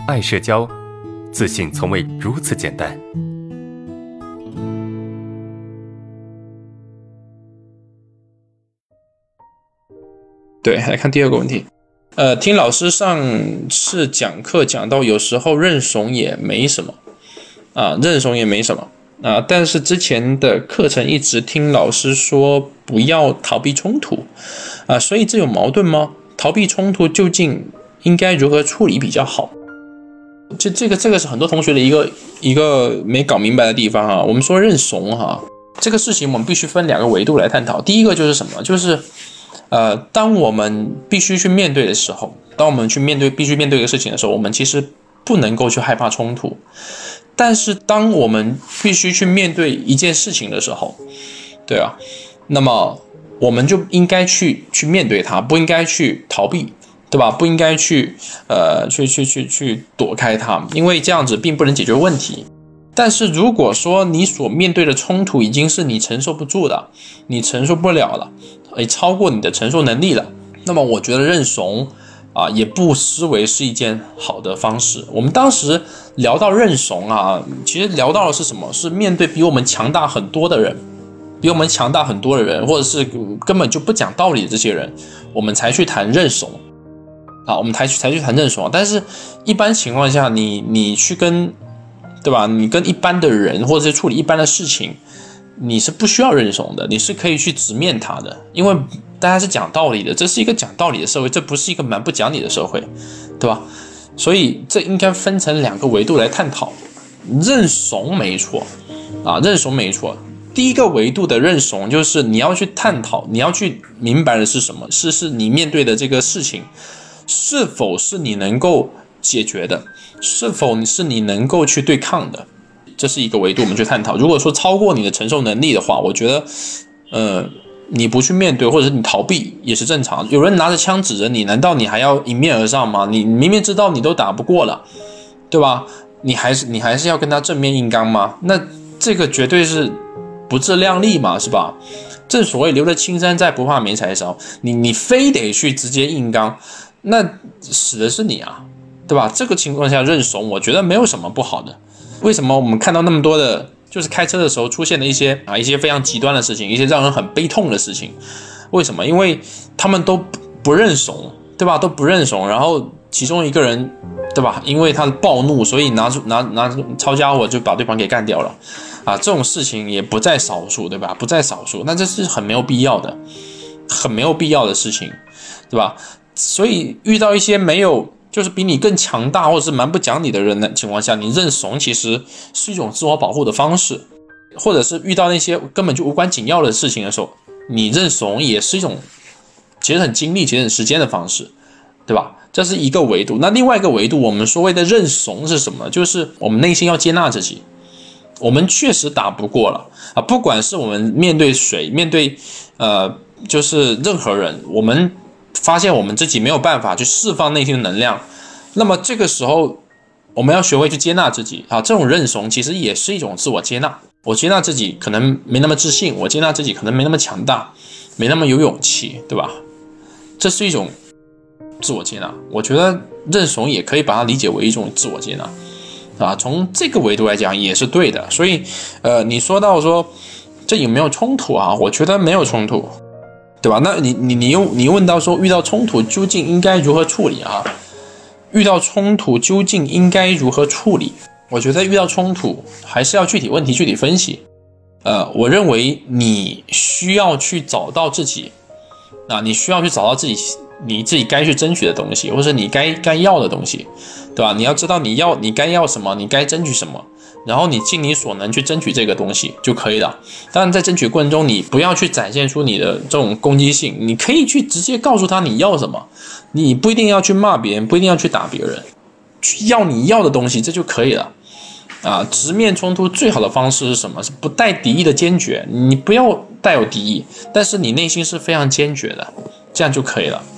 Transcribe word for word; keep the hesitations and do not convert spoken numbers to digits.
爱社交，自信从未如此简单。 对，来看第二个问题。呃，听老师上次讲课讲到，有时候认怂也没什么啊，认怂也没什么啊。但是之前的课程一直听老师说不要逃避冲突啊，所以这有矛盾吗？逃避冲突究竟应该如何处理比较好？这这个这个是很多同学的一个一个没搞明白的地方啊。我们说认怂哈，这个事情我们必须分两个维度来探讨。第一个就是什么？就是呃，当我们必须去面对的时候，当我们去面对必须面对一个事情的时候，我们其实不能够去害怕冲突。但是当我们必须去面对一件事情的时候，对啊，那么我们就应该去去面对它，不应该去逃避，对吧？不应该去呃去去去去躲开它，因为这样子并不能解决问题。但是如果说你所面对的冲突已经是你承受不住的，你承受不了了，也超过你的承受能力了，那么我觉得认怂啊，也不失为是一件好的方式。我们当时聊到认怂啊，其实聊到的是什么？是面对比我们强大很多的人，比我们强大很多的人，或者是根本就不讲道理的这些人，我们才去谈认怂啊，我们才去才去谈认怂。但是一般情况下，你你去跟对吧？你跟一般的人或者是处理一般的事情，你是不需要认怂的，你是可以去直面它的，因为大家是讲道理的，这是一个讲道理的社会，这不是一个蛮不讲理的社会，对吧？所以这应该分成两个维度来探讨。认怂没错啊，认怂没错。第一个维度的认怂就是你要去探讨，你要去明白的是什么？是是你面对的这个事情是否是你能够解决的，是否是你能够去对抗的，这是一个维度我们去探讨。如果说超过你的承受能力的话，我觉得呃，你不去面对或者是你逃避也是正常。有人拿着枪指着你，难道你还要迎面而上吗？你明明知道你都打不过了，对吧？你还是你还是要跟他正面硬刚吗？那这个绝对是不自量力嘛，是吧？正所谓留得青山在，不怕没柴烧。你你非得去直接硬刚，那死的是你啊，对吧？这个情况下认怂，我觉得没有什么不好的。为什么我们看到那么多的，就是开车的时候出现的一些啊一些非常极端的事情，一些让人很悲痛的事情？为什么？因为他们都不认怂，对吧？都不认怂，然后其中一个人，对吧？因为他的暴怒，所以拿出拿拿抄家伙就把对方给干掉了，啊，这种事情也不在少数，对吧？不在少数，那这是很没有必要的，很没有必要的事情，对吧？所以遇到一些没有。就是比你更强大或者是蛮不讲理的人的情况下，你认怂其实是一种自我保护的方式，或者是遇到那些根本就无关紧要的事情的时候，你认怂也是一种节省精力、节省时间的方式，对吧？这是一个维度。那另外一个维度，我们所谓的认怂是什么？就是我们内心要接纳自己，我们确实打不过了啊！不管是我们面对谁，面对呃，就是任何人，我们发现我们自己没有办法去释放内心的能量，那么这个时候我们要学会去接纳自己啊！这种认怂其实也是一种自我接纳。我接纳自己可能没那么自信，我接纳自己可能没那么强大，没那么有勇气，对吧？这是一种自我接纳。我觉得认怂也可以把它理解为一种自我接纳啊，从这个维度来讲也是对的。所以呃，你说到说这有没有冲突啊？我觉得没有冲突，对吧？那你你你又你问到说遇到冲突究竟应该如何处理啊？遇到冲突究竟应该如何处理？我觉得遇到冲突还是要具体问题具体分析。呃，我认为你需要去找到自己，啊，你需要去找到自己你自己该去争取的东西，或者你该该要的东西，对吧？你要知道你要你该要什么，你该争取什么。然后你尽你所能去争取这个东西就可以了。当然在争取过程中，你不要去展现出你的这种攻击性，你可以去直接告诉他你要什么，你不一定要去骂别人，不一定要去打别人，去要你要的东西，这就可以了。啊，直面冲突最好的方式是什么？是不带敌意的坚决，你不要带有敌意，但是你内心是非常坚决的，这样就可以了。